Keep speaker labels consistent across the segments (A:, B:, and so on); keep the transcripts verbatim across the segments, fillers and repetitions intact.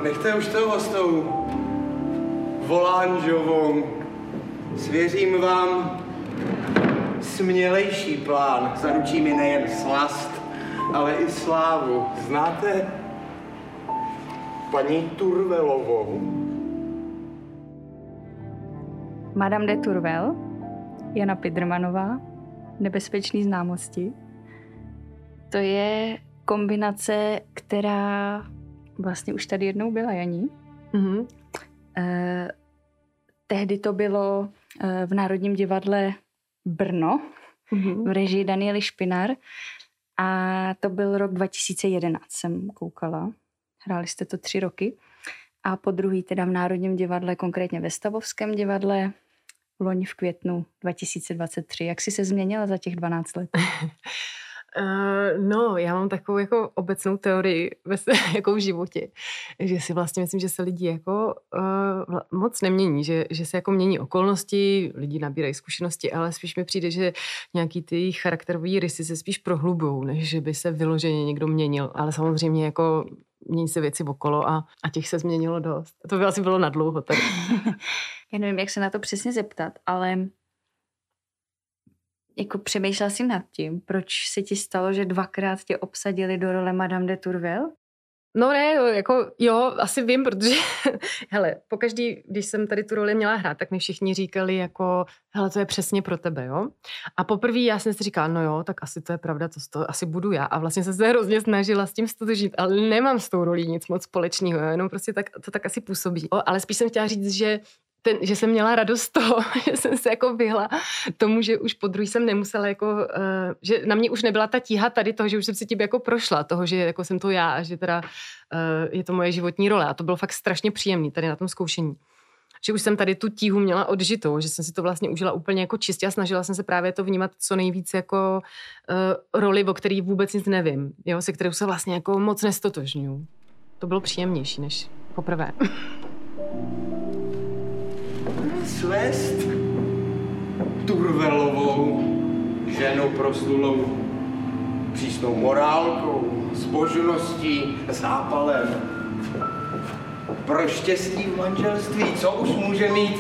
A: Nechte už toho s tou Volanžovou. Svěřím vám smělejší plán. Zaručí mi nejen slast, ale i slávu. Znáte paní Turvelovou?
B: Madame de Turvel, Jana Pidrmanová, Nebezpečný známosti. To je kombinace, která vlastně už tady jednou byla, Janí. Mm-hmm. Eh, tehdy to bylo eh, v Národním divadle Brno, mm-hmm. v režii Daniely Špinar a to byl rok dva tisíce jedenáct, jsem koukala. Hráli jste to tři roky a po druhý teda v Národním divadle, konkrétně ve Stavovském divadle, loni v květnu dva tisíce dvacet tři. Jak jsi se změnila za těch dvanáct let?
C: Uh, no, já mám takovou jako obecnou teorii ve, jako v životě, že si vlastně myslím, že se lidi jako uh, moc nemění, že, že se jako mění okolnosti, lidi nabírají zkušenosti, ale spíš mi přijde, že nějaký ty charakterový rysy se spíš prohlubou, než že by se vyloženě někdo měnil, ale samozřejmě jako mění se věci okolo a, a těch se změnilo dost. To by asi bylo nadlouho tady.
B: Já nevím, jak se na to přesně zeptat, ale jako přemýšlela jsi nad tím, proč se ti stalo, že dvakrát tě obsadili do role Madame de Turvel?
C: No ne, jako jo, asi vím, protože hele, pokaždý, když jsem tady tu roli měla hrát, tak mi všichni říkali jako, hele, to je přesně pro tebe, jo. A poprvé já jsem si říkala, no jo, tak asi to je pravda, to, to asi budu já. A vlastně jsem se hrozně snažila s tím stotožnit, ale nemám s tou rolí nic moc společného, jo? Jenom prostě tak, to tak asi působí. O, ale spíš jsem chtěla říct, že Ten, že jsem měla radost z toho, že jsem se jako vyhla tomu, že už po druhý jsem nemusela jako, uh, že na mě už nebyla ta tíha tady toho, že už jsem si tím jako prošla, toho, že jako jsem to já a že teda uh, je to moje životní role a to bylo fakt strašně příjemný tady na tom zkoušení. Že už jsem tady tu tíhu měla odžitou, že jsem si to vlastně užila úplně jako čistě a snažila jsem se právě to vnímat co nejvíc jako uh, roli, o který vůbec nic nevím, jo, se kterou se vlastně jako moc nestotožňuju. To bylo příjemnější než poprvé.
A: Svést Turvelovou, ženu proslulou přísnou morálkou, zbožností, zápalem. Pro štěstí v manželství, co už může mít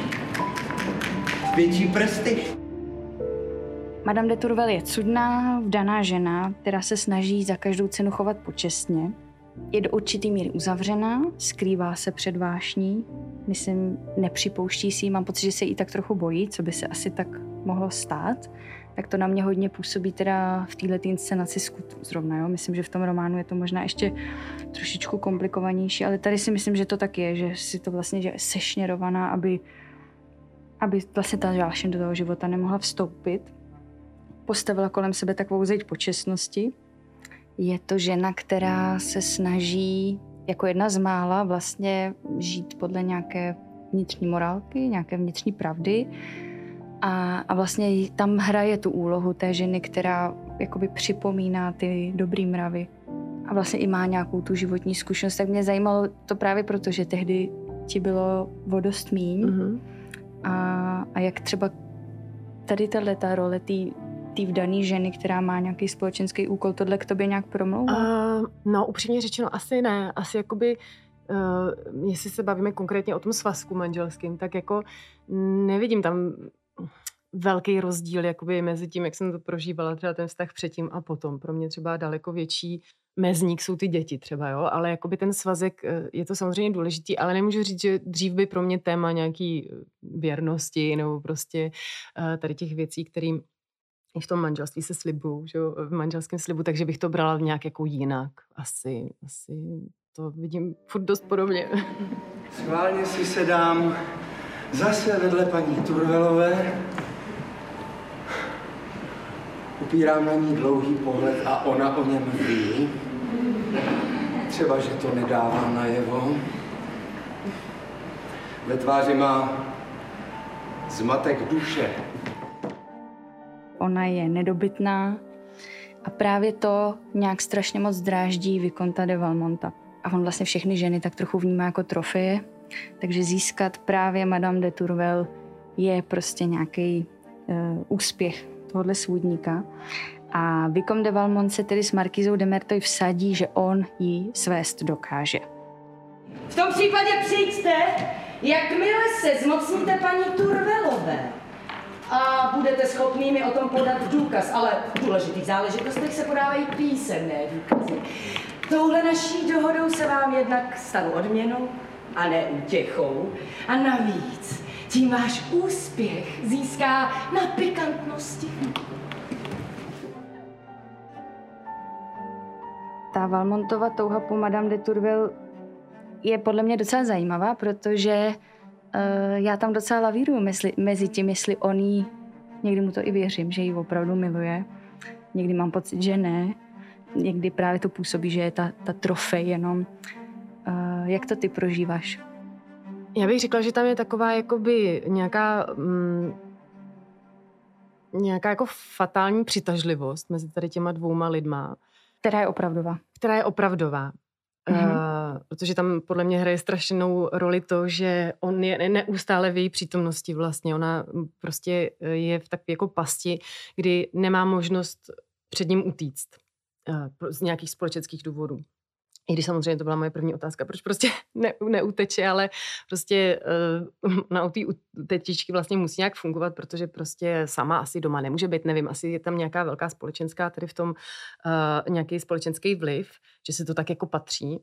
A: větší prestiž?
B: Madame de Turvel je cudná, vdaná žena, která se snaží za každou cenu chovat počestně. Je do určitý míry uzavřená, skrývá se před vášní, myslím, nepřipouští si ji, mám pocit, že se jí tak trochu bojí, co by se asi tak mohlo stát. Tak to na mě hodně působí teda v této inscenaci Skutů zrovna, jo. Myslím, že v tom románu je to možná ještě trošičku komplikovanější, ale tady si myslím, že to tak je, že si to vlastně že je sešněrovaná, aby, aby vlastně ta vášeň do toho života nemohla vstoupit. Postavila kolem sebe takovou zeď počestnosti. Je to žena, která se snaží jako jedna z mála vlastně žít podle nějaké vnitřní morálky, nějaké vnitřní pravdy a, a vlastně tam hraje tu úlohu té ženy, která jakoby připomíná ty dobrý mravy a vlastně i má nějakou tu životní zkušenost. Tak mě zajímalo to právě proto, že tehdy ti bylo o dost míň mm-hmm. a, a jak třeba tady tato role tý té vdané ženy, která má nějaký společenský úkol, tohle k tobě nějak promlouvá?
C: Uh, no, upřímně řečeno, asi ne. Asi jakoby, uh, jestli se bavíme konkrétně o tom svazku manželským, tak jako nevidím tam velký rozdíl jakoby mezi tím, jak jsem to prožívala, třeba ten vztah předtím a potom. Pro mě třeba daleko větší mezník jsou ty děti třeba, jo, ale jakoby ten svazek je to samozřejmě důležitý, ale nemůžu říct, že dřív by pro mě téma nějaký věrnosti nebo prostě uh, tady těch věcí, kterým i v tom manželství se slibuju, že jo, v manželském slibu, takže bych to brala nějak jako jinak. Asi, asi to vidím furt dost podobně.
A: Schválně si sedám zase vedle paní Turvelové. Upírám na ní dlouhý pohled a ona o něm ví. Třeba, že to nedává najevo. Ve tváři má zmatek duše.
B: Ona je nedobytná a právě to nějak strašně moc dráždí Vicomta de Valmonta. A on vlastně všechny ženy tak trochu vnímá jako trofeje, takže získat právě Madame de Turvel je prostě nějaký uh, úspěch tohohle svůdníka. A Vicomte de Valmont se tedy s markizou de Merteuil vsadí, že on jí svést dokáže.
D: V tom případě přijďte, jakmile se zmocníte paní Turvelové. A budete schopní mi o tom podat důkaz, ale v důležitých záležitostech se podávají písemné důkazy. Touhle naší dohodou se vám jednak stanu odměnou a ne útěchou. A navíc tím váš úspěch získá na pikantnosti.
B: Ta Valmontova touha po Madame de Tourvel je podle mě docela zajímavá, protože uh, já tam docela lavíruju mezi, mezi tím, jestli on jí, někdy mu to i věřím, že ji opravdu miluje, někdy mám pocit, že ne, někdy právě to působí, že je ta, ta trofej jenom. Uh, jak to ty prožíváš?
C: Já bych řekla, že tam je taková jakoby nějaká, mm, nějaká jako fatální přitažlivost mezi tady těma dvouma lidma.
B: Která je opravdová. Která
C: je opravdová. Mm-hmm. Uh, protože tam podle mě hraje strašnou roli to, že on je neustále v její přítomnosti vlastně. Ona prostě je v takové jako pasti, kdy nemá možnost před ním utíct uh, z nějakých společenských důvodů. I když samozřejmě to byla moje první otázka, proč prostě ne, neuteče, ale prostě uh, na u té utečičky vlastně musí nějak fungovat, protože prostě sama asi doma nemůže být, nevím, asi je tam nějaká velká společenská, tady v tom uh, nějaký společenský vliv, že se to tak jako patří.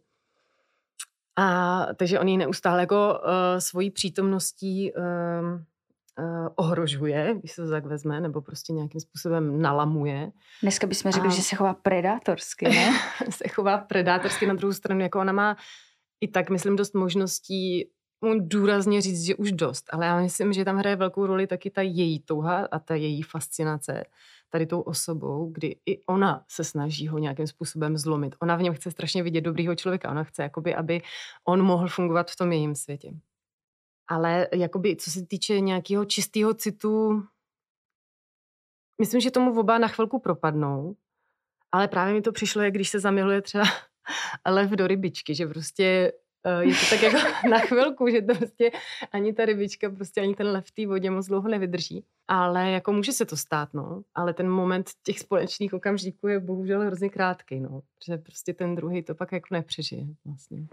C: A takže on ji neustále jako uh, svojí přítomností uh, uh, ohrožuje, když se to tak vezme, nebo prostě nějakým způsobem nalamuje.
B: Dneska bychom řekli, a... že se chová predátorsky, ne?
C: se chová predátorsky, na druhou stranu, jako ona má i tak, myslím, dost možností mu důrazně říct, že už dost, ale já myslím, že tam hraje velkou roli taky ta její touha a ta její fascinace tady tou osobou, kdy i ona se snaží ho nějakým způsobem zlomit. Ona v něm chce strašně vidět dobrýho člověka, ona chce, jakoby, aby on mohl fungovat v tom jejím světě. Ale jakoby, co se týče nějakého čistého citu, myslím, že tomu oba na chvilku propadnou, ale právě mi to přišlo, jak když se zamiluje třeba lev do rybičky, že prostě je to tak jako na chvilku, že to prostě ani ta rybička, prostě ani ten lev v té vodě moc dlouho nevydrží. Ale jako může se to stát, no. Ale ten moment těch společných okamžiků je bohužel hrozně krátký, no. Protože prostě ten druhý to pak jako nepřežije vlastně.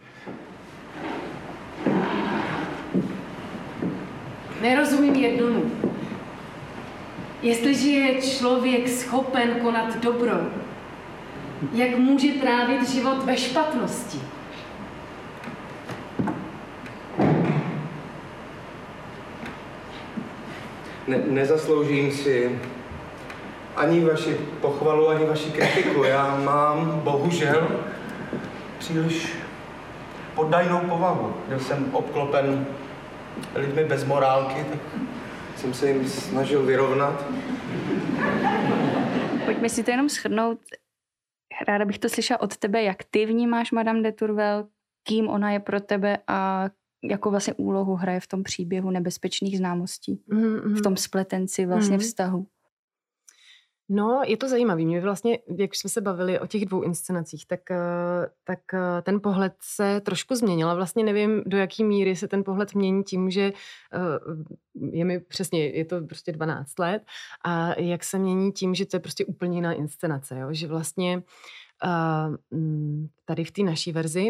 D: Nerozumím jednomu. Jestliže je člověk schopen konat dobro, jak může trávit život ve špatnosti?
A: Ne, nezasloužím si ani vaši pochvalu, ani vaši kritiku. Já mám, bohužel, příliš poddajnou povahu. Byl jsem obklopen lidmi bez morálky, tak jsem se jim snažil vyrovnat.
B: Pojďme si to jenom shrnout. Ráda bych to slyšela od tebe, jak ty vnímáš Madame de Tourvel, kým ona je pro tebe a jakou vlastně úlohu hraje v tom příběhu nebezpečných známostí, mm-hmm. v tom spletenci vlastně mm-hmm. vztahu.
C: No, je to zajímavé. Mě vlastně, jak jsme se bavili o těch dvou inscenacích, tak, tak ten pohled se trošku změnil. A vlastně nevím, do jaký míry se ten pohled mění tím, že je mi přesně, je to prostě dvanáct let a jak se mění tím, že to je prostě úplně jiná inscenace. Jo? Že vlastně tady v té naší verzi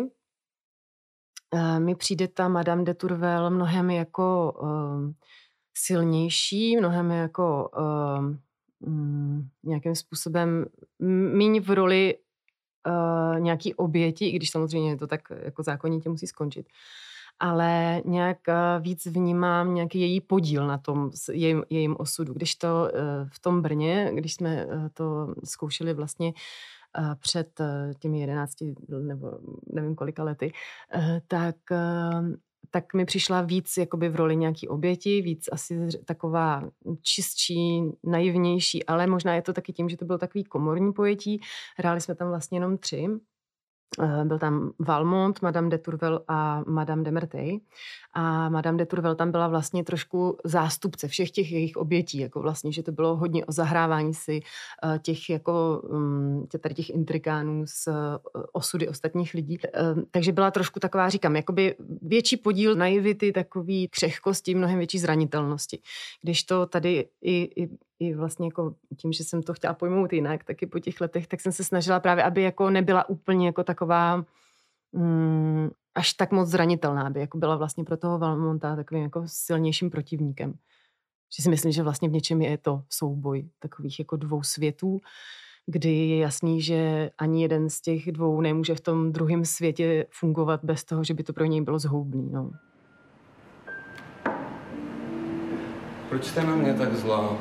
C: mi přijde ta Madame de Tourvel mnohem jako silnější, mnohem jako Mm, nějakým způsobem míň v roli uh, nějaký oběti, i když samozřejmě to tak jako zákonitě musí skončit. Ale nějak uh, víc vnímám nějaký její podíl na tom jejím, jejím osudu. Když to uh, v tom Brně, když jsme uh, to zkoušeli vlastně uh, před uh, těmi jedenácti nebo nevím kolika lety, uh, tak uh, tak mi přišla víc jakoby v roli nějaký oběti, víc asi taková čistší, naivnější, ale možná je to taky tím, že to bylo takový komorní pojetí. Hráli jsme tam vlastně jenom tři. Byl tam Valmont, Madame de Tourvel a Madame de Merteuil. A Madame de Tourvel tam byla vlastně trošku zástupce všech těch jejich obětí, jako vlastně, že to bylo hodně o zahrávání si těch jako tě, tady těch intrikánů s osudy ostatních lidí. Takže byla trošku taková, říkám, jakoby větší podíl naivity, takový křehkosti, mnohem větší zranitelnosti. Když to tady i, i i vlastně jako tím, že jsem to chtěla pojmout jinak, taky po těch letech, tak jsem se snažila právě, aby jako nebyla úplně jako taková, mm, až tak moc zranitelná, aby jako byla vlastně pro toho Valmonta takovým jako silnějším protivníkem. Že si myslím, že vlastně v něčem je to souboj takových jako dvou světů, kdy je jasný, že ani jeden z těch dvou nemůže v tom druhém světě fungovat bez toho, že by to pro něj bylo zhoubný. No.
A: Proč jste na mě tak zlá?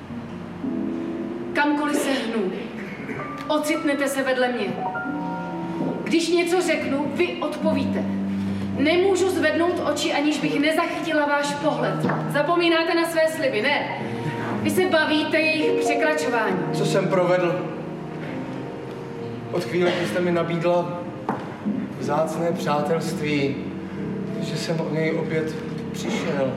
D: Kamkoliv se hnu, ocitnete se vedle mě. Když něco řeknu, vy odpovíte. Nemůžu zvednout oči, aniž bych nezachytila váš pohled. Zapomínáte na své sliby, ne? Vy se bavíte jejich překračování.
A: Co jsem provedl? Od chvíle, kdy jste mi nabídla vzácné přátelství, že jsem o něj opět přišel.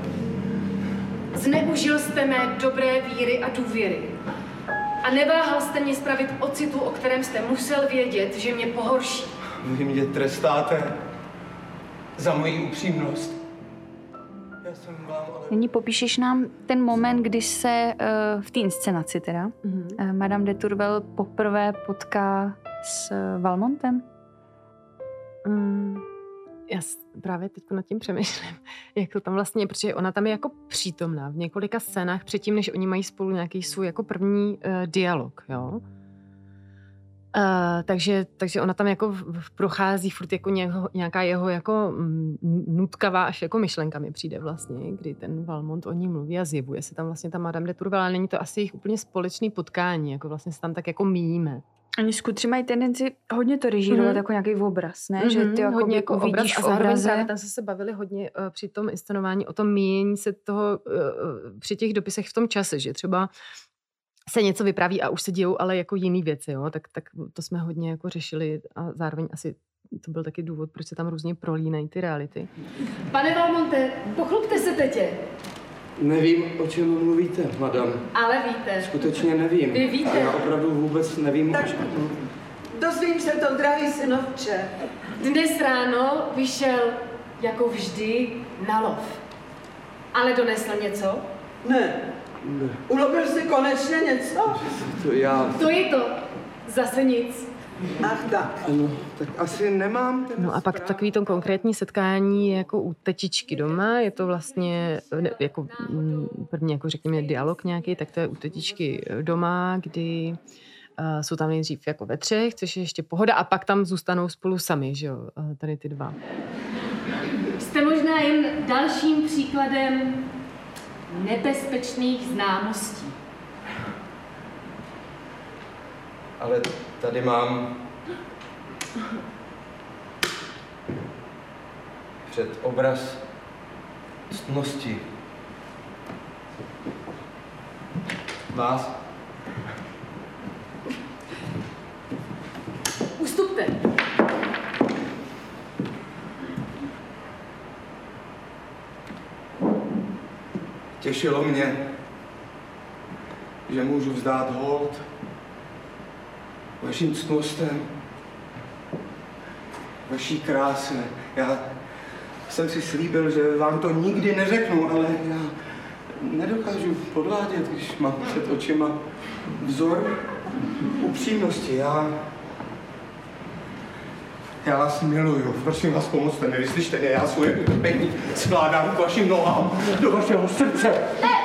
D: Zneužil jste mé dobré víry a důvěry. A neváhal jste mě spravit ocitu, o kterém jste musel vědět, že mě pohorší.
A: Vy mě trestáte za moji upřímnost. Já jsem vám ale...
B: Nyní popíšeš nám ten moment, kdy se uh, v té inscenaci teda mm-hmm. uh, Madame de Tourvel poprvé potká s uh, Valmontem?
C: Mm, já právě teď nad tím přemýšlím, jak to tam vlastně je, protože ona tam je jako přítomná v několika scénách předtím, než oni mají spolu nějaký svůj jako první uh, dialog, jo. Uh, takže, takže ona tam jako v, v prochází furt jako něho, nějaká jeho jako m, nutkavá až jako myšlenka mi přijde vlastně, kdy ten Valmont o ní mluví a zjevuje se tam vlastně ta Madame de Tourvel, ale není to asi jejich úplně společný potkání, jako vlastně se tam tak jako míjíme.
B: Oni skutři mají tendenci hodně to režírovat mm-hmm. jako nějaký obraz, ne? Mm-hmm. Že ty jako
C: hodně jako obraz
B: v
C: a zároveň
B: obraze.
C: právě tam se, se bavili hodně uh, při tom inscenování o tom míjení se toho uh, při těch dopisech v tom čase, že třeba se něco vypráví a už se dějou ale jako jiný věci, jo? Tak, tak to jsme hodně jako řešili a zároveň asi to byl taky důvod, proč se tam různě prolínají ty reality.
D: Pane Valmonte, pochlupte se tetě.
A: Nevím, o čem mluvíte, madam.
D: Ale víte.
A: Skutečně nevím.
D: Vy víte.
A: Já opravdu vůbec nevím,
E: Tak
A: o čem mluvíte.
E: dozvím se to, drahý synovče.
D: Dnes ráno vyšel, jako vždy, na lov. Ale donesl něco?
E: Ne.
A: Ne.
E: Ulovil jsi konečně něco?
A: To já...
D: To je to. Zase nic.
E: Ach tak.
A: Ano, tak asi nemám ten
C: No a pak
A: zpráv-
C: takový to konkrétní setkání je jako u tetičky doma, je to vlastně ne, jako mm, první, jako řekněme, dialog nějaký, tak to je u tetičky doma, kdy uh, jsou tam nejdřív jako ve třech, což je ještě pohoda, a pak tam zůstanou spolu sami, že jo, uh, tady ty dva.
D: Jste možná jen dalším příkladem nebezpečných známostí.
A: Ale tady mám před obraz ctnosti. Vás.
D: Ustupte.
A: Těšilo mě, že můžu vzdát hold vaším ctnostem, vaší kráse. Já jsem si slíbil, že vám to nikdy neřeknu, ale já nedokážu podvádět, když mám před očima vzor upřímnosti. Já, já vás miluju. Prosím vás, pomozte mi, vyslyšte mě, já svoje utrpení skládám k vašim nohám, do vašeho srdce.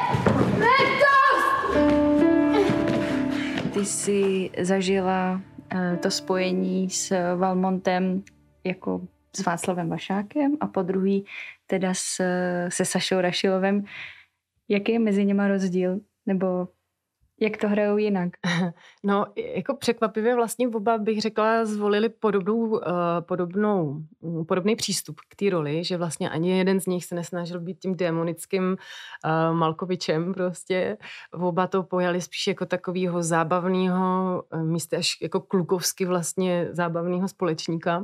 B: Ty jsi zažila uh, to spojení s Valmontem jako s Václavem Vašákem a po druhý teda s, se Sašou Rašilovem. Jaký je mezi nimi rozdíl? Nebo jak to hrajou jinak?
C: No, jako překvapivě vlastně oba, bych řekla, zvolili podobnou, uh, podobnou, podobný přístup k té roli, že vlastně ani jeden z nich se nesnažil být tím démonickým uh, Malkovičem prostě. Oba to pojali spíš jako takovýho zábavného, místy až jako klukovsky vlastně zábavného společníka.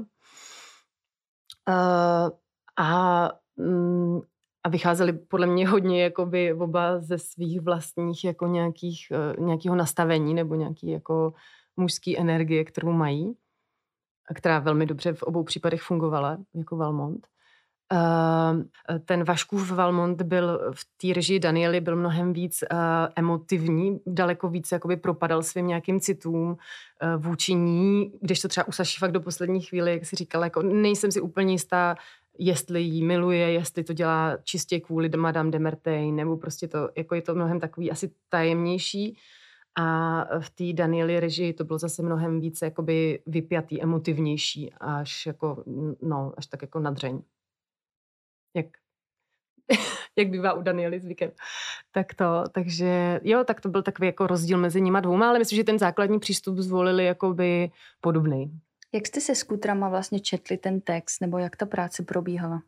C: Uh, a um, A vycházeli podle mě hodně jakoby oba ze svých vlastních jako nějakých, nějakého nastavení nebo nějaký jako mužský energie, kterou mají, a která velmi dobře v obou případech fungovala jako Valmont. Uh, ten Vaškův Valmont byl v té režii Daniely byl mnohem víc uh, emotivní, daleko víc jakoby propadal svým nějakým citům uh, vůči ní, když to třeba u Saši fakt do poslední chvíli, jak si říkala, jako nejsem si úplně jistá, jestli jí miluje, jestli to dělá čistě kvůli Madame de Merteuil, nebo prostě to, jako je to mnohem takový asi tajemnější. A v té Daniely režii to bylo zase mnohem více jakoby vypjatý, emotivnější, až jako, no, až tak jako nadřeň. Jak, jak bývá u Daniely zvykem. Tak to, takže jo, tak to byl takový jako rozdíl mezi nima dvouma, ale myslím, že ten základní přístup zvolili jakoby podobný.
B: Jak jste se s Kutrama vlastně četli ten text, nebo jak ta práce probíhala?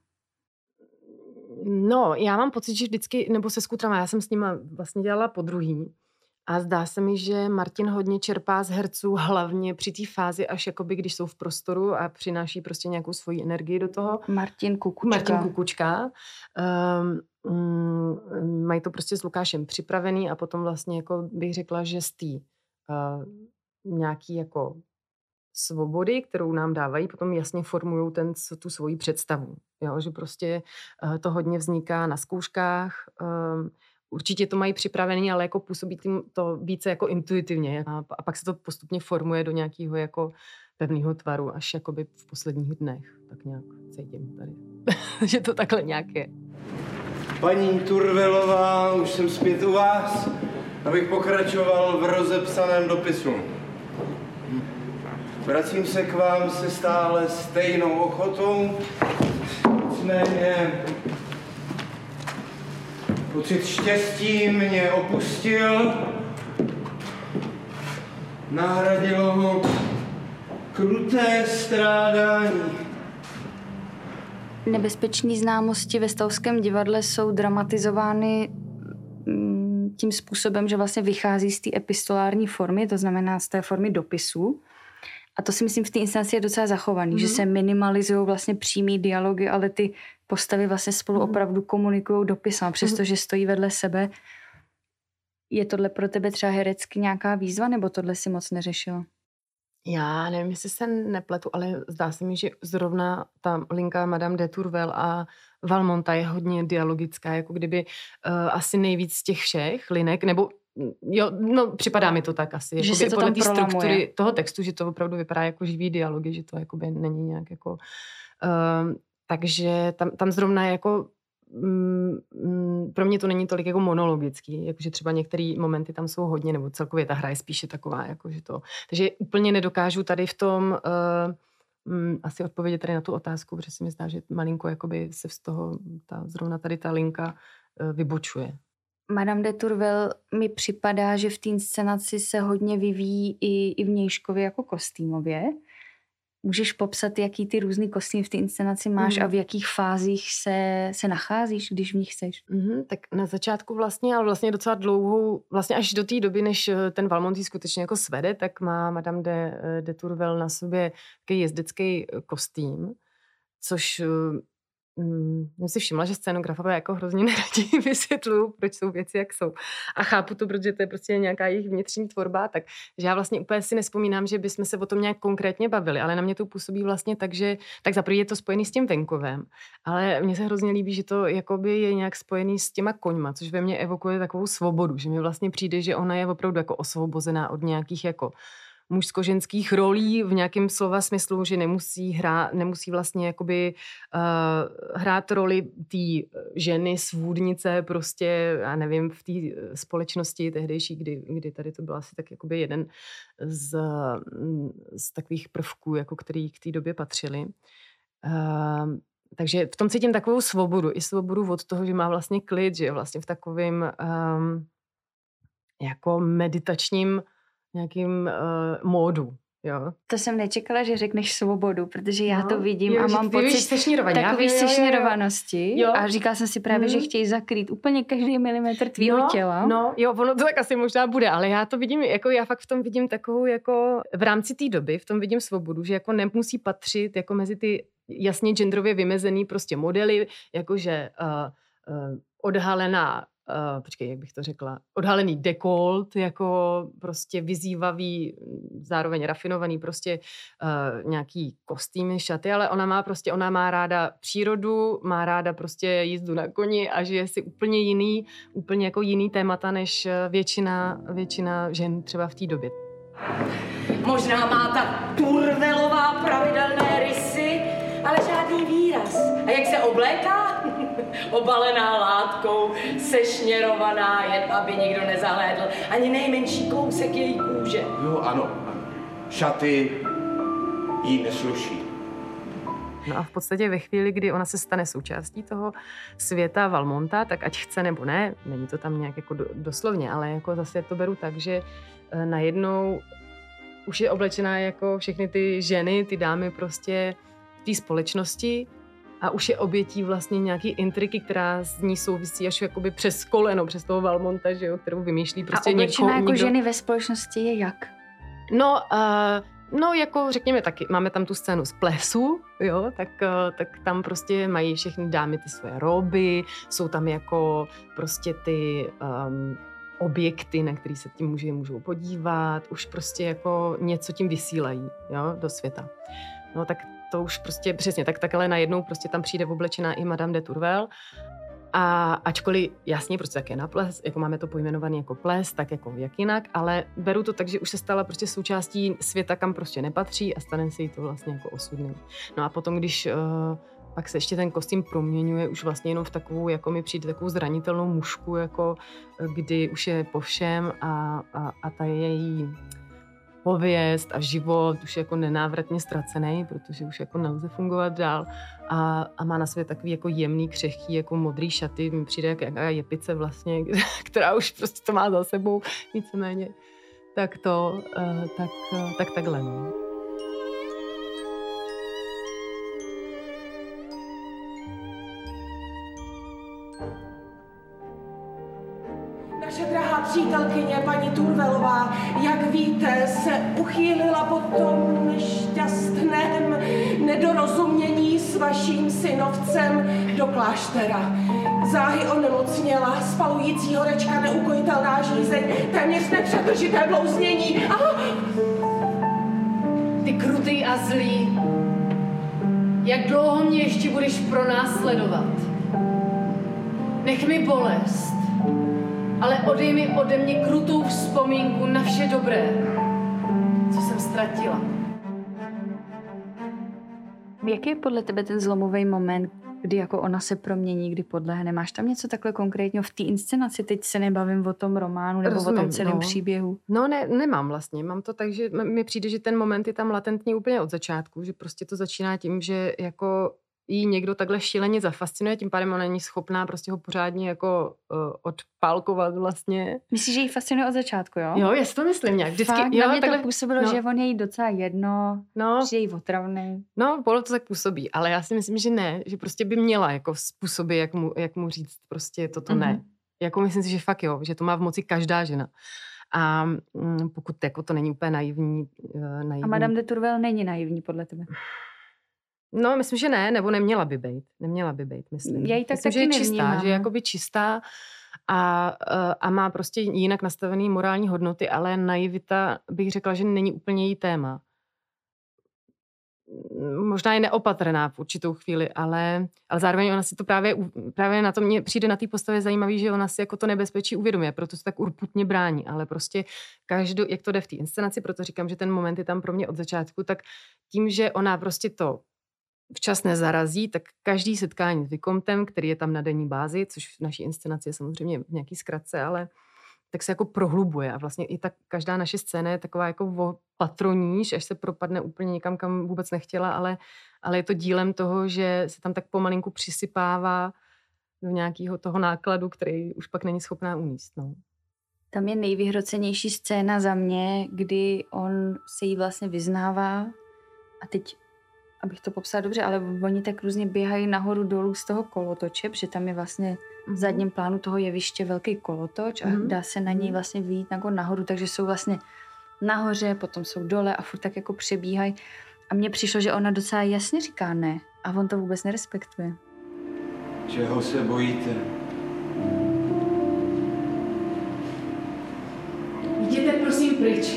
C: No, já mám pocit, že vždycky, nebo se Kutrama, já jsem s nima vlastně dělala podruhý a zdá se mi, že Martin hodně čerpá z herců, hlavně při té fázi, až jakoby, když jsou v prostoru a přináší prostě nějakou svoji energii do toho.
B: Martin Kukučka.
C: Martin Kukučka. Um, um, mají to prostě s Lukášem připravený a potom vlastně jako bych řekla, že z té uh, nějaký jako svobody, kterou nám dávají, potom jasně formujou ten, tu svoji představu. Jo? Že prostě uh, to hodně vzniká na zkouškách. Um, určitě to mají připravený, ale jako působí tím to více jako intuitivně. A, a pak se to postupně formuje do nějakého jako pevného tvaru, až jakoby v posledních dnech. Tak nějak cítím tady. Že to takhle nějak je.
A: Paní Turvelová, už jsem zpět u vás, abych pokračoval v rozepsaném dopisu. Vracím se k vám se stále stejnou ochotou, nicméně pocit štěstí mě opustil, nahradilo ho kruté strádání.
B: Nebezpečné známosti ve Stavském divadle jsou dramatizovány mm, tím způsobem, že vlastně vychází z té epistolární formy, to znamená z té formy dopisu. A to si myslím v té inscenaci je docela zachovaný, mm-hmm. že se minimalizují vlastně přímý dialogy, ale ty postavy vlastně spolu mm-hmm. opravdu komunikují dopisem, přestože stojí vedle sebe. Je tohle pro tebe třeba herecky nějaká výzva, nebo tohle si moc neřešila?
C: Já nevím, jestli se nepletu, ale zdá se mi, že zrovna ta linka Madame de Tourvel a Valmonta je hodně dialogická, jako kdyby uh, asi nejvíc z těch všech linek, nebo jo, no připadá mi to tak asi,
B: že
C: jakoby,
B: se to
C: podle
B: tam
C: té struktury
B: prolamuje.
C: toho textu, že to opravdu vypadá jako živý dialogy, že to jakoby není nějak jako... Uh, takže tam, tam zrovna jako Mm, mm, pro mě to není tolik jako monologický, jakože třeba některé momenty tam jsou hodně, nebo celkově ta hra je spíše taková, jakože to. Takže úplně nedokážu tady v tom uh, mm, asi odpovědět tady na tu otázku, protože si mi zdá, že malinko jakoby se z toho, ta, zrovna tady ta linka uh, vybočuje.
B: Madame de Tourvel mi připadá, že v té inscenaci se hodně vyvíjí i, i vnějškově jako kostýmově. Můžeš popsat, jaký ty různý kostýmy v té inscenaci máš mm. a v jakých fázích se, se nacházíš, když v nich seš?
C: Mm-hmm, tak na začátku vlastně, ale vlastně docela dlouhou, vlastně až do té doby, než ten Valmont skutečně jako svede, tak má Madame de, de Tourvel na sobě takový jezdecký kostým, což Mm, jsem si všimla, že scénografové jako hrozně neradí vysvětlují, proč jsou věci, jak jsou. A chápu to, protože to je prostě nějaká jejich vnitřní tvorba, tak že já vlastně úplně si nespomínám, že bychom se o tom nějak konkrétně bavili, ale na mě to působí vlastně tak, že tak za první je to spojený s tím venkovem, ale mně se hrozně líbí, že to jakoby je nějak spojený s těma koňma, což ve mně evokuje takovou svobodu, že mi vlastně přijde, že ona je opravdu jako osvobozená od nějakých jako mužsko-ženských rolí v nějakém slova smyslu, že nemusí hrát, nemusí vlastně jakoby uh, hrát roli té ženy, svůdnice, prostě, já nevím, v té společnosti tehdejší, kdy, kdy tady to byl asi tak jakoby jeden z, z takových prvků, jako který k té době patřily. Uh, takže v tom cítím takovou svobodu, i svobodu od toho, že má vlastně klid, že je vlastně v takovém um, jako meditačním nějakým uh, módu, jo.
B: To jsem nečekala, že řekneš svobodu, protože já
C: no,
B: to vidím
C: jo,
B: a mám pocit takový sešněrovanosti a říkala jsem si právě, hmm. že chtějí zakrýt úplně každý milimetr tvýho
C: no,
B: těla.
C: No, jo, ono to tak asi možná bude, ale já to vidím, jako já fakt v tom vidím takovou, jako v rámci té doby, v tom vidím svobodu, že jako nemusí patřit jako mezi ty jasně genderově vymezený prostě modely, jakože uh, uh, odhalená uh, počkej, jak bych to řekla, odhalený dekolt, jako prostě vyzývavý, zároveň rafinovaný, prostě uh, nějaký kostýmy, šaty, ale ona má prostě, ona má ráda přírodu, má ráda prostě jízdu na koni a žije si úplně jiný, úplně jako jiný témata, než většina, většina žen třeba v té době.
D: Možná má ta Turvelová pravidelné rysy, ale žádný výraz. A jak se obléká? Obalená látkou, sešněrovaná, jen aby nikdo nezahlédl ani nejmenší kousek její kůže.
A: Jo, ano, ano. Šaty jí nesluší.
C: No a v podstatě ve chvíli, kdy ona se stane součástí toho světa Valmonta, tak ať chce nebo ne, není to tam nějak jako do, doslovně, ale jako zase to beru tak, že e, najednou už je oblečená jako všechny ty ženy, ty dámy prostě v té společnosti a už je obětí vlastně nějaký intriky, která z ní souvisí až jakoby přes koleno, přes toho Valmonta, že jo, kterou vymýšlí prostě
B: a oblečená
C: něko,
B: jako
C: někdo...
B: ženy ve společnosti je jak?
C: No, uh, no jako řekněme taky, máme tam tu scénu z plesu, jo, tak, uh, tak tam prostě mají všechny dámy ty své roby, jsou tam jako prostě ty um, objekty, na který se tím muži můžou podívat, už prostě jako něco tím vysílají, jo, do světa. No tak to už prostě přesně, tak takhle najednou prostě tam přijde oblečená i Madame de Tourvel. A ačkoliv jasně, prostě tak je na ples, jako máme to pojmenovaný jako ples, tak jako jak jinak, ale beru to tak, že už se stala prostě součástí světa, kam prostě nepatří a stane se jí to vlastně jako osudný. No a potom, když uh, pak se ještě ten kostým proměňuje už vlastně jenom v takovou, jako mi přijde, takovou zranitelnou mužku, jako kdy už je po všem a, a, a ta její pověst a život už je jako nenávratně ztracený, protože už jako nelze fungovat dál a, a má na sobě takový jako jemný, křehký, jako modrý šaty, mi přijde jak jaká jepice vlastně, která už prostě to má za sebou víceméně. Tak to, tak, tak takhle, no.
D: Naše drahá přítelkyně, paní Turvelová, jak víte, se uchýlila po tom nešťastném nedorozumění s vaším synovcem do kláštera. Záhy onemocněla, spalující horečka, neukojitelná žízeň, téměř nepřetržité blouznění. Aha!
F: Ty krutý a zlý, jak dlouho mě ještě budeš pronásledovat? Nech mi bolest, ale odej mi ode mě krutou vzpomínku na vše dobré, co jsem ztratila.
B: Jaký je podle tebe ten zlomový moment, kdy jako ona se promění, kdy podlehne? Máš tam něco takhle konkrétního v té inscenaci? Teď se nebavím o tom románu nebo Rozumím, o tom celém
C: no.
B: příběhu.
C: No ne, nemám vlastně. Mám to tak, že mi přijde, že ten moment je tam latentní úplně od začátku, že prostě to začíná tím, že jako jí někdo takhle šíleně zafascinuje, tím pádem ona není schopná prostě ho pořádně jako uh, odpálkovat vlastně.
B: Myslíš, že jí fascinuje od začátku, jo?
C: Jo, já si to myslím nějak. Vždycky,
B: Fakt,
C: jo,
B: na mě
C: takhle,
B: to působilo,
C: no.
B: že on je jí docela jedno,
C: no,
B: že je jí otravný.
C: No, bylo to tak působí, ale já si myslím, že ne, že prostě by měla jako způsoby, jak mu, jak mu říct prostě toto mm-hmm. ne. Jako myslím si, že fakt jo, že to má v moci každá žena. A mm, pokud jako to není úplně naivní, uh, naivní.
B: A Madame de Tourvel není naivní podle tebe?
C: No, myslím, že ne, nebo neměla by být. Neměla by být, myslím.
B: Já ji tak
C: myslím,
B: taky
C: že je
B: nevnímám.
C: čistá, že je jakoby čistá a, a má prostě jinak nastavený morální hodnoty, ale naivita bych řekla, že není úplně její téma. Možná je neopatrná v určitou chvíli, ale, ale zároveň ona si to právě, právě na to mě přijde na té postavě zajímavý, že ona si jako to nebezpečí uvědomuje, proto se tak urputně brání, ale prostě každou, jak to jde v té inscenaci, proto říkám, že ten moment je tam pro mě od začátku, tak tím, že ona prostě to včas nezarazí, tak každý setkání s Vicomtem, který je tam na denní bázi, což v naší inscenaci je samozřejmě v nějaký zkratce, ale tak se jako prohlubuje a vlastně i tak každá naše scéna je taková jako patroníž, až se propadne úplně někam, kam vůbec nechtěla, ale, ale je to dílem toho, že se tam tak pomalinku přisypává do nějakého toho nákladu, který už pak není schopná uníst. No.
B: Tam je nejvyhrocenější scéna za mě, kdy on se jí vlastně vyznává a teď, abych to popsala dobře, ale oni tak různě běhají nahoru dolů z toho kolotoče, protože tam je vlastně v zadním plánu toho jeviště velký kolotoč a mm. dá se na něj vlastně vyjít jako nahoru, takže jsou vlastně nahoře, potom jsou dole a furt tak jako přebíhají. A mně přišlo, že ona docela jasně říká ne a on to vůbec nerespektuje.
A: Čeho se bojíte?
F: pryč.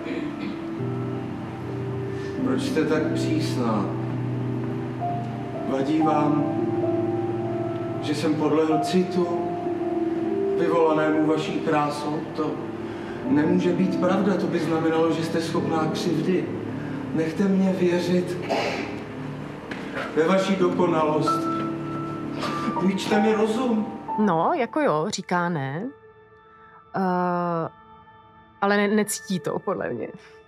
A: Proč jste tak přísná? Vadí vám, že jsem podlehl citu, vyvolanému vaší krásou? To nemůže být pravda, to by znamenalo, že jste schopná křivdy. Nechte mě věřit ve vaši dokonalost. Půjčte mi rozum.
C: No, jako jo, říká ne. Uh, ale ne, necítí to, podle mě.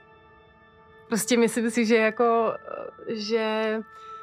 C: Prostě myslím si, že jako, že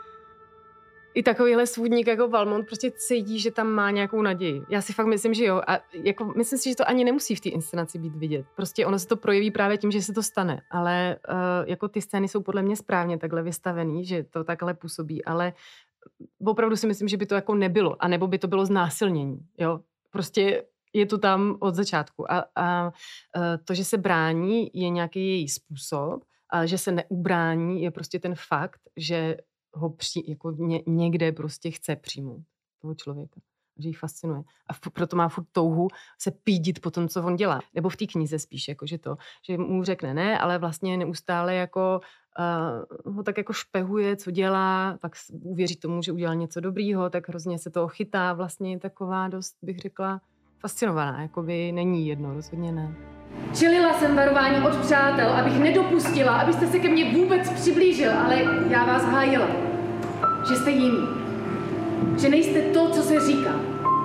C: i takovýhle svůdník jako Valmont prostě cítí, že tam má nějakou naději. Já si fakt myslím, že jo. A jako myslím si, že to ani nemusí v té inscenaci být vidět. Prostě ono se to projeví právě tím, že se to stane. Ale uh, jako ty scény jsou podle mě správně takhle vystavený, že to takhle působí. Ale opravdu si myslím, že by to jako nebylo. A nebo by to bylo znásilnění. Jo? Prostě je to tam od začátku. A, a uh, to, že se brání, je nějaký její způsob. A že se neubrání, je prostě ten fakt, že ho při, jako ně, někde prostě chce přijmout toho člověka. Že jí fascinuje. A f- proto má furt touhu se pídit po tom, co on dělá. Nebo v té knize spíš, jako že to, že mu řekne ne, ale vlastně neustále jako uh, ho tak jako špehuje, co dělá, pak uvěří tomu, že udělal něco dobrýho, tak hrozně se toho chytá. Vlastně je taková dost, bych řekla, fascinovaná. Jakoby není jedno, rozhodně ne.
F: Čelila jsem varování od přátel, abych nedopustila, abyste se ke mně vůbec přiblížil, ale já vás hájila. Že jste jiný. Že nejste to, co se říká.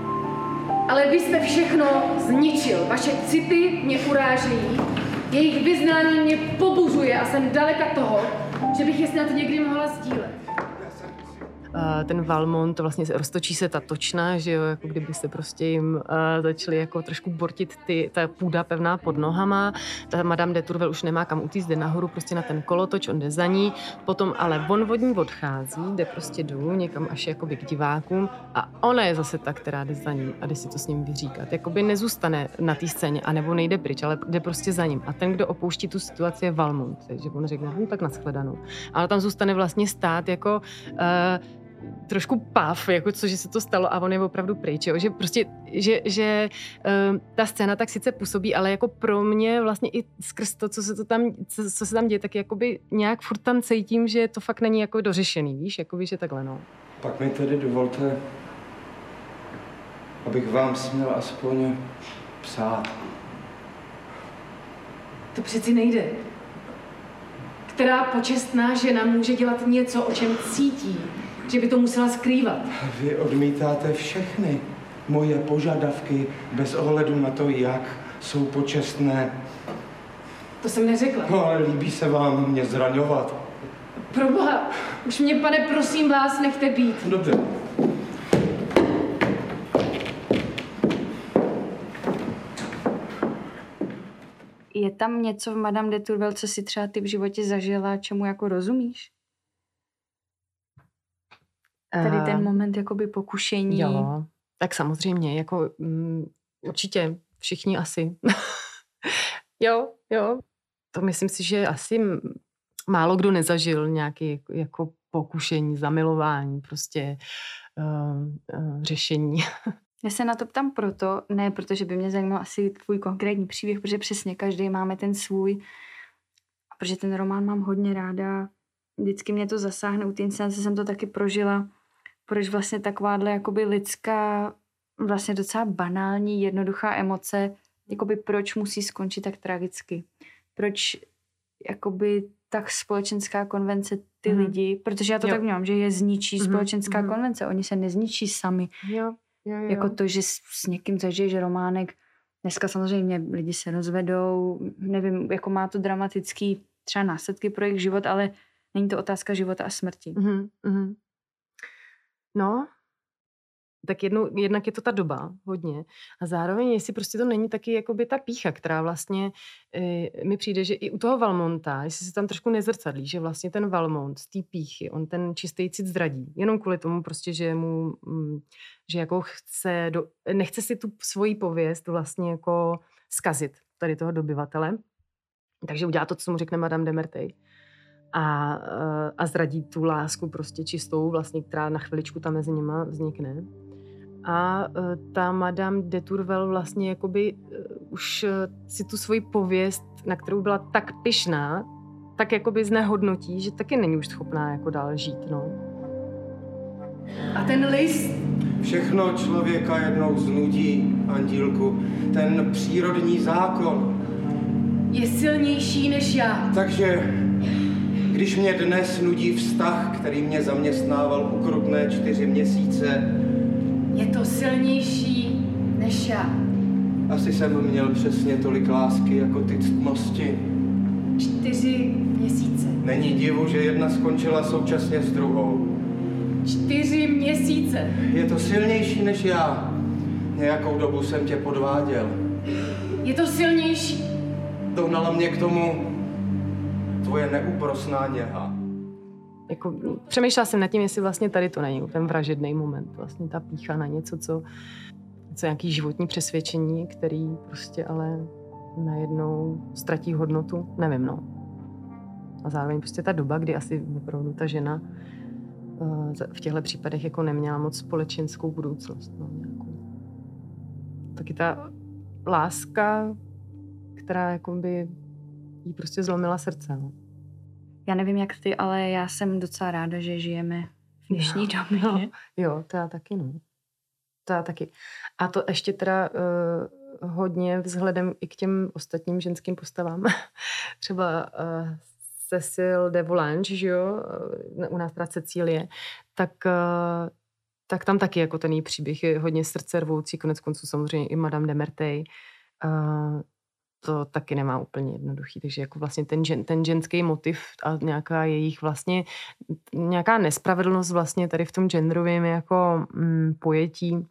F: Ale vy jste všechno zničil. Vaše city mě urážejí, jejich vyznání mě pobuřuje a jsem daleka toho, že bych je snad někdy mohla sdílet.
C: Ten Valmont, vlastně roztočí se ta točna, že jo, jako kdyby se prostě jim uh, začaly jako trošku bortit ty, ta půda pevná pod nohama. Ta Madame de Tourvel už nemá kam utíct, jde nahoru prostě na ten kolotoč, on jde za ní, potom ale on od ní odchází, jde prostě dolů někam až jakoby k divákům a ona je zase ta, která jde za ním a jde si to s ním vyříkat. Jakoby nezůstane na té scéně, anebo nejde pryč, ale jde prostě za ním. A ten, kdo opouští tu situaci, je Valmont, že on řekne, hm, tak nashledanou. Ale tam zůstane vlastně stát jako uh, trošku pav, jako co, že se to stalo a on je opravdu pryč, jo? Že prostě, že, že uh, ta scéna tak sice působí, ale jako pro mě vlastně i skrz to, co se, to tam, co, co se tam děje, tak jakoby nějak furt tam cítím, že to fakt není jako dořešený, víš, jakoby, že takhle, no.
A: Pak mi tedy dovolte, abych vám směl aspoň psát.
F: To přeci nejde. Která počestná žena může dělat něco, o čem cítí, že by to musela skrývat?
A: Vy odmítáte všechny moje požadavky bez ohledu na to, jak jsou počestné.
F: To jsem neřekla.
A: No, ale líbí se vám mě zraňovat.
F: Proboha, už mě, pane, prosím vás, nechte být.
A: Dobře.
B: Je tam něco v Madame de Tourvel, co si třeba ty v životě zažila, čemu jako rozumíš? Tady ten moment jakoby pokušení.
C: Jo, tak samozřejmě, jako um, určitě všichni asi. jo, jo. To myslím si, že asi málo kdo nezažil nějaké jako pokušení, zamilování, prostě uh, uh, řešení.
B: Já se na to ptám proto, ne protože by mě zajímal asi tvůj konkrétní příběh, protože přesně každý máme ten svůj. A protože ten román mám hodně ráda, vždycky mě to zasáhne, u té inscenace jsem to taky prožila. Proč vlastně takováhle jakoby lidská, vlastně docela banální, jednoduchá emoce, jakoby proč musí skončit tak tragicky. Proč jakoby tak společenská konvence ty mm. lidi, protože já to jo. tak vnímám, že je zničí mm. společenská mm. konvence, oni se nezničí sami.
C: Jo. Jo, jo.
B: Jako to, že s někým zažiješ románek, dneska samozřejmě lidi se rozvedou, nevím, jako má to dramatický třeba následky pro jejich život, ale není to otázka života a smrti.
C: Mm, mm. No, tak jednou, jednak je to ta doba hodně a zároveň, jestli prostě to není taky jakoby ta pýcha, která vlastně e, mi přijde, že i u toho Valmonta, jestli se tam trošku nezrcadlí, že vlastně ten Valmont z té pýchy, on ten čistý cit zradí. Jenom kvůli tomu prostě, že mu, mm, že jako chce, do, nechce si tu svoji pověst vlastně jako zkazit tady toho dobyvatele. Takže udělá to, co mu řekne Madame de Merteuil. A, a zradí tu lásku prostě čistou, vlastně, která na chviličku tam mezi nima vznikne. A uh, ta Madame de Tourvel vlastně jakoby uh, už uh, si tu svoji pověst, na kterou byla tak pyšná, tak jakoby znehodnotí, že taky není už schopná jako dál žít, no.
D: A ten list?
A: Všechno člověka jednou znudí, Andílku. Ten přírodní zákon.
D: Je silnější než já.
A: Takže, když mě dnes nudí vztah, který mě zaměstnával ukrutné čtyři měsíce,
D: Je to silnější než já.
A: asi jsem měl přesně tolik lásky jako ty ctnosti.
D: Čtyři měsíce.
A: Není divu, že jedna skončila současně s druhou.
D: Čtyři měsíce.
A: Je to silnější než já. Nějakou dobu jsem tě podváděl.
D: Je to silnější.
A: Dohnala mě k tomu tvoje neúprosná něha.
C: Jako, přemýšlela jsem nad tím, jestli vlastně tady to není ten vražedný moment. Vlastně ta pýcha na něco, co, co nějaký životní přesvědčení, který prostě ale najednou ztratí hodnotu. Nevím, no. A zároveň prostě ta doba, kdy asi opravdu ta žena uh, v těchto případech jako neměla moc společenskou budoucnost. No, nějakou. Taky ta láska, která jakoby jí prostě zlomila srdce, no.
B: Já nevím, jak ty, ale já jsem docela ráda, že žijeme v dnešní
C: Jo,
B: době.
C: jo, jo, to já taky, no. To já taky. A to ještě teda uh, hodně vzhledem i k těm ostatním ženským postavám. Třeba uh, Cecile de Volanges, že jo, uh, u nás teda Cecílie, tak, uh, tak tam taky jako ten její příběh je hodně srdcervoucí, konec konců samozřejmě i Madame de Merteuil. Uh, to taky nemá úplně jednoduchý, takže jako vlastně ten, žen, ten ženský motiv a nějaká jejich vlastně, nějaká nespravedlnost vlastně tady v tom genderovém jako mm, pojetí uh,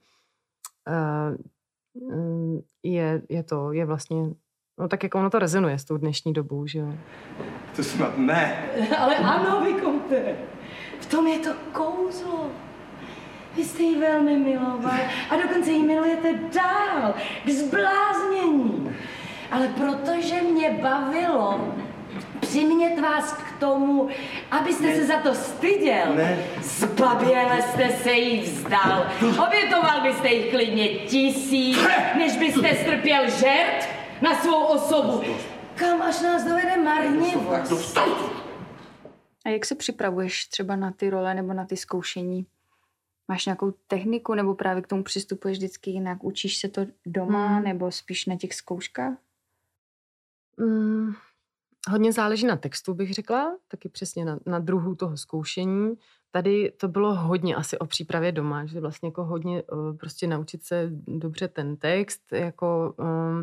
C: je, je to, je vlastně, no tak jako ono to rezonuje s tou dnešní dobou, že jo.
A: To snad ne.
D: Ale ano, Vikonte. V tom je to kouzlo. Vy jste ji velmi miloval a dokonce ji milujete dál, k zbláznění. Ale protože mě bavilo přimět vás k tomu, abyste ne. se za to styděl,
A: Ne.
D: zbaběle jste se jí vzdal. Obětoval byste jí klidně tisíc, než byste strpěl žert na svou osobu. Kam až nás dovede marnivost.
B: A jak se připravuješ třeba na ty role nebo na ty zkoušení? Máš nějakou techniku nebo právě k tomu přistupuješ vždycky jinak? Učíš se to doma hmm. nebo spíš na těch zkouškách?
C: Mm, hodně záleží na textu, bych řekla, taky přesně na, na druhu toho zkoušení. Tady to bylo hodně asi o přípravě doma, že vlastně jako hodně uh, prostě naučit se dobře ten text, jako um,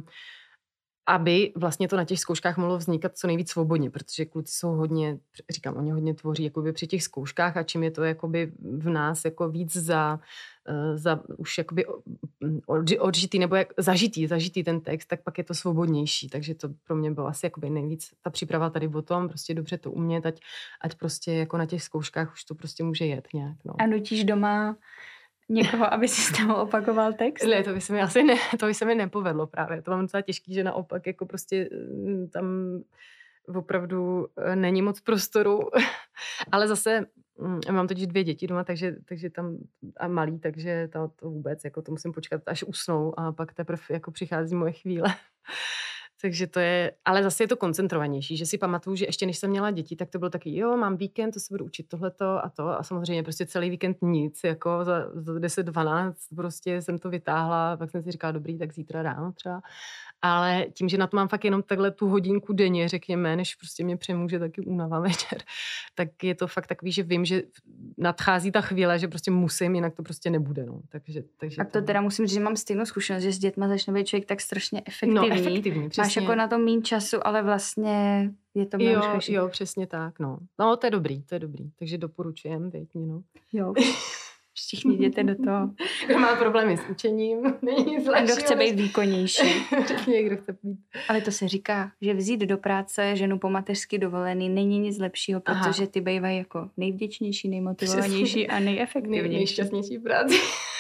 C: aby vlastně to na těch zkouškách mohlo vznikat co nejvíc svobodně, protože kluci jsou hodně, říkám, oni hodně tvoří jakoby při těch zkouškách a čím je to jakoby v nás jako víc za, za už jakoby odžitý nebo jak, zažitý, zažitý ten text, tak pak je to svobodnější, takže to pro mě bylo asi jakoby nejvíc ta příprava tady o tom, prostě dobře to umět, ať, ať prostě jako na těch zkouškách už to prostě může jet nějak, no.
B: A nutíš doma někoho, aby si s tebou opakoval text?
C: Ne, to by se mi asi ne, to by se mi nepovedlo právě. To mám docela těžký, že naopak jako prostě tam opravdu není moc prostoru. Ale zase mám totiž dvě děti doma, takže, takže tam a malý, takže to, to vůbec, jako to musím počkat, až usnou a pak teprve jako přichází moje chvíle. Takže to je, ale zase je to koncentrovanější, že si pamatuju, že ještě než jsem měla děti, tak to bylo taky, jo, mám víkend, to se budu učit tohleto a to a samozřejmě prostě celý víkend nic, jako za, za deset dvanáct prostě jsem to vytáhla, pak jsem si říkala, dobrý, tak zítra ráno třeba. Ale tím, že na to mám fakt jenom takhle tu hodinku denně, řekněme, než prostě mě přemůže taky únava večer, tak je to fakt takový, že vím, že nadchází ta chvíle, že prostě musím, jinak to prostě nebude, no. Takže, takže
B: a to, to teda musím říct, že mám stejnou zkušenost, že s dětma začne být člověk tak strašně efektivní.
C: No, efektivní, přesně.
B: Máš jako na to méně času, ale vlastně je to mnohem
C: Jo,
B: rychlejší.
C: jo, přesně tak, no. No, to je dobrý, to je dobrý. Takže doporučujem, větně, no.
B: Jo. Všichni jděte do toho.
C: Kdo má problémy s učením, není nic
B: A
C: lepšího.
B: kdo chce být výkonnější.
C: Přesně, kdo chce být.
B: Ale to se říká, že vzít do práce ženu po mateřsky dovolený není nic lepšího, protože ty bývají jako nejvděčnější, nejmotivovanější a nejefektivnější.
C: Nejšťastnější práci.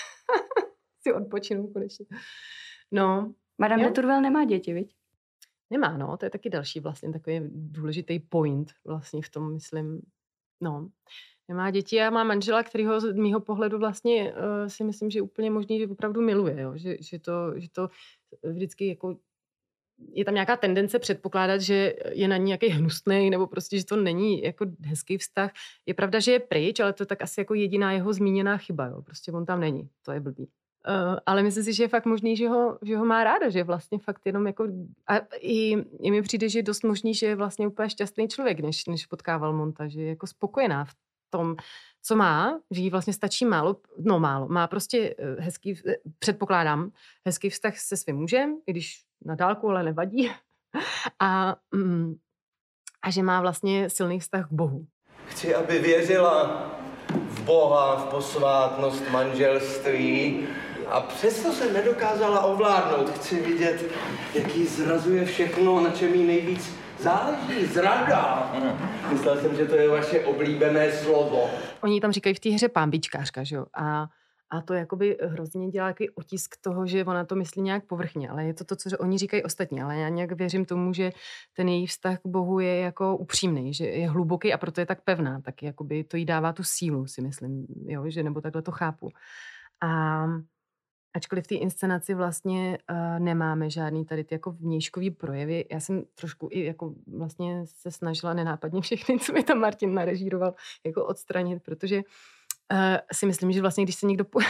C: Si odpočinu konečně. No.
B: Madame de Tourvel nemá děti, viď?
C: Nemá, no. To je taky další vlastně takový důležitý point vlastně v tom, myslím, no. nemá děti a má manžela, kterýho z mýho pohledu vlastně uh, si myslím, že je úplně možný, že opravdu miluje, jo? Že, že, to, že to vždycky jako je tam nějaká tendence předpokládat, že je na ní nějaký hnusný, nebo prostě, že to není jako hezký vztah. Je pravda, že je pryč, ale to je tak asi jako jediná jeho zmíněná chyba, jo? Prostě on tam není, to je blbý. Uh, ale myslím si, že je fakt možný, že ho, že ho má ráda, že je vlastně fakt jenom jako... A i, i mi přijde, že je dost možný, že je vlastně úplně šťastný člověk, než, než potkával Valmonta, že je jako spokojená v tom, co má, že jí vlastně stačí málo, no málo, má prostě hezký, předpokládám, hezký vztah se svým mužem, i když na dálku, ale nevadí. A, mm, a že má vlastně silný vztah k Bohu.
A: Chci, aby věřila v Boha, v posvátnost manželství a přesto se nedokázala ovládnout. Chci vidět, jak jí zrazuje všechno, na čem jí nejvíc záleží. Zrada. Myslel jsem, že to je vaše oblíbené slovo.
C: Oni tam říkají v té hře pánbičkářka, že jo? A, a to jakoby hrozně dělá takový otisk toho, že ona to myslí nějak povrchně, ale je to to, co oni říkají ostatní, ale já nějak věřím tomu, že ten její vztah k Bohu je jako upřímný, že je hluboký a proto je tak pevná, tak jakoby to jí dává tu sílu, si myslím, jo, že nebo takhle to chápu. A ačkoliv v té inscenaci vlastně uh, nemáme žádný tady ty jako vnějškový projevy. Já jsem trošku i jako vlastně se snažila nenápadně všechny, co mi tam Martin narežíroval, jako odstranit, protože uh, si myslím, že vlastně, když se někdo... Po...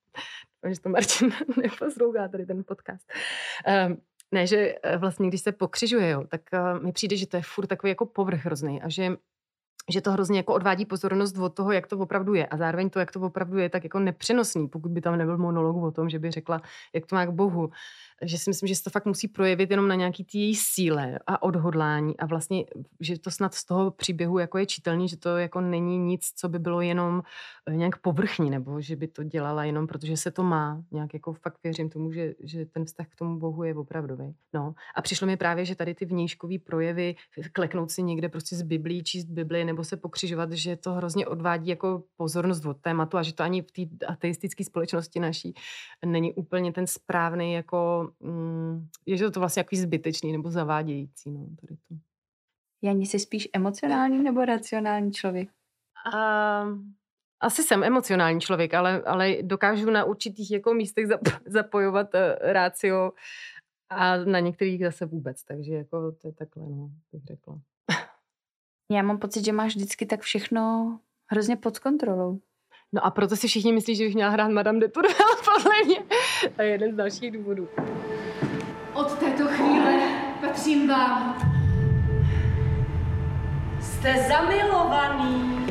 C: že to Martin neposlouchá tady ten podcast. Um, ne, že vlastně, když se pokřižuje, jo, tak uh, mi přijde, že to je furt takový jako povrch hrozný a že že to hrozně jako odvádí pozornost od toho, jak to opravdu je. A zároveň to, jak to opravdu je, tak jako nepřenosný, pokud by tam nebyl monolog o tom, že by řekla, jak to má k Bohu. Že si myslím, že se to fakt musí projevit jenom na nějaký té její síle a odhodlání a vlastně, že to snad z toho příběhu jako je čitelný, že to jako není nic, co by bylo jenom nějak povrchní, nebo že by to dělala jenom, protože se to má. Nějak jako fakt věřím tomu, že, že ten vztah k tomu Bohu je opravdový. No. A přišlo mi právě, že tady ty vnějškový projevy, kleknout si někde prostě z Biblí, číst Bibli nebo se pokřižovat, že to hrozně odvádí jako pozornost od tématu a že to ani v té ateistické společnosti naší není úplně ten správný jako Mm, je, že to vlastně jako zbytečný nebo zavádějící. No, tady to.
B: Jani, jsi spíš emocionální nebo racionální člověk?
C: A, asi jsem emocionální člověk, ale, ale dokážu na určitých jako místech zap, zapojovat uh, rácio a na některých zase vůbec. Takže jako to je takhle, no, bych řekla.
B: Já mám pocit, že máš vždycky tak všechno hrozně pod kontrolou.
C: No a proto si všichni myslí, že bych měla hrát Madame de Tourvel, podle mě. To je jeden z dalších důvodů.
F: Od této chvíle patřím vám.
D: Jste zamilovaný.